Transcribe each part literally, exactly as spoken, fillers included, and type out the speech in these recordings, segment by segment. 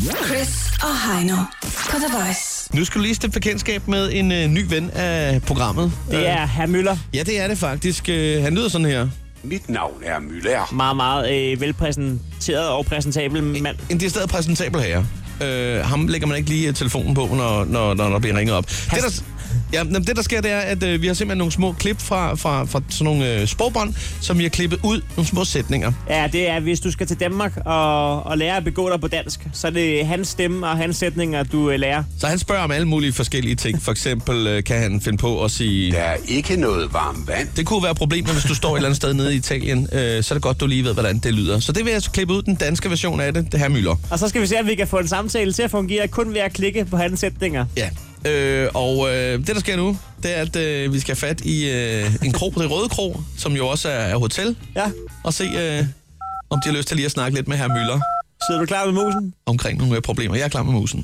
Chris og Heino på The Voice. Nu skal du lige stifte bekendtskab med en øh, ny ven af programmet. Det er hr. Møller. Ja, det er det faktisk. Øh, han lyder sådan her. Mit navn er Møller. Meget, meget øh, velpræsenteret og præsentabel mand. En decideret præsentabel herre. Øh, ham lægger man ikke lige telefonen på, når, når, når der bliver ringet op. Det der, ja, det, der sker, det er, at øh, vi har simpelthen nogle små klip fra, fra, fra sådan nogle øh, sporbånd, som vi har klippet ud, nogle små sætninger. Ja, det er, hvis du skal til Danmark og, og lære at begå dig på dansk, så er det hans stemme og hans sætninger, du øh, lærer. Så han spørger om alle mulige forskellige ting. For eksempel øh, kan han finde på at sige... Der er ikke noget varmt vand. Det kunne være problemet, hvis du står et eller andet sted nede i Italien. Øh, så er det godt, du lige ved, hvordan det lyder. Så det vil jeg så klippe ud, den danske version af det. Det her Møller. Og så skal vi se, at vi kan få en samtale til at fungere kun ved at klikke på hans sætninger. Ja. Øh, og øh, det, der sker nu, det er, at øh, vi skal have fat i øh, en krog, det Røde Krog, som jo også er, er hotel. Ja. Og se, øh, om de har lyst til lige at snakke lidt med hr. Møller. Sidder du klar med musen? Omkring nogle øh, problemer. Jeg er klar med musen.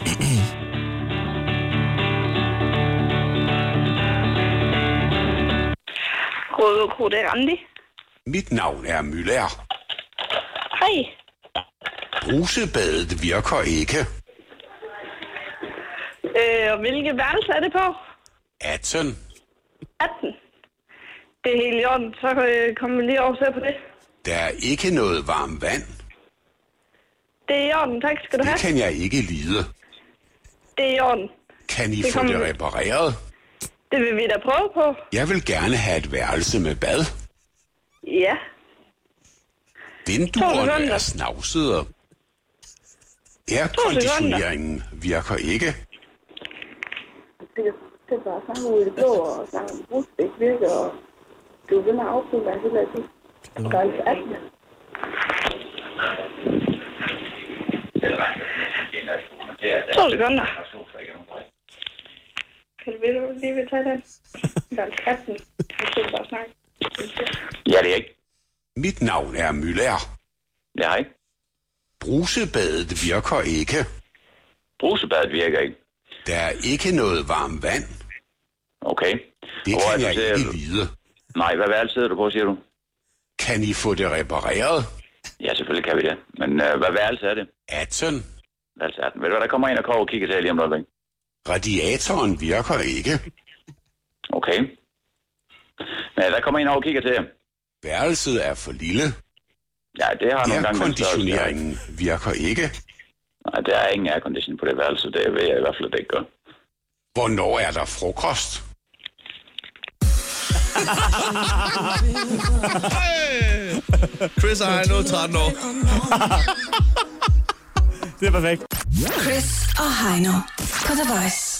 Røde Krog, det er Randi. Mit navn er Møller. Hej. Brusebadet virker ikke. Øh, og hvilke værelse er det på? atten. atten. Det er helt i orden. Så øh, kommer vi lige over til på det. Der er ikke noget varmt vand. Det er i orden. Tak skal du have. Det kan jeg ikke lide. Det er i orden. Kan I Det få kommer det vi. repareret? Det vil vi da prøve på. Jeg vil gerne have et værelse med bad. Ja. Vinduerne sekunder. er snavsede. Airconditioneringen virker ikke. Det er bare sang ud i det blå, og sang brusbæk virker, og du er ved med at afslutte dig hele tiden. Der er altså atten. To sekunder. Kan du ved, du lige vil tage den? Der er altså atten. Jeg skal bare snakke. Ja, det er ikke. Mit navn er Møller. Det er ikke. Brusebadet virker ikke. Brusebadet virker ikke. Der er ikke noget varmt vand. Okay. Det Hvor er kan det, jeg ser ikke du? lide. Nej, hvad værelse sidder du på, siger du? Kan I få det repareret? Ja, selvfølgelig kan vi det. Men øh, hvad værelse er det? atten. Værelse atten. Ved du hvad, der kommer en og og kigger til lige om der er. Radiatoren virker ikke. Okay. Men der kommer en og kigger til. Værelset er for lille. Ja, det har nogle gange... den størrelse. Airconditioneringen virker ikke. Nej, der er ingen aircondition på det værelse. Det ved jeg i hvert fald, det ikke gør. Hvornår er der frokost? Hey! Chris og Heino, tretten år. Det er perfekt. Chris og Heino på The Voice.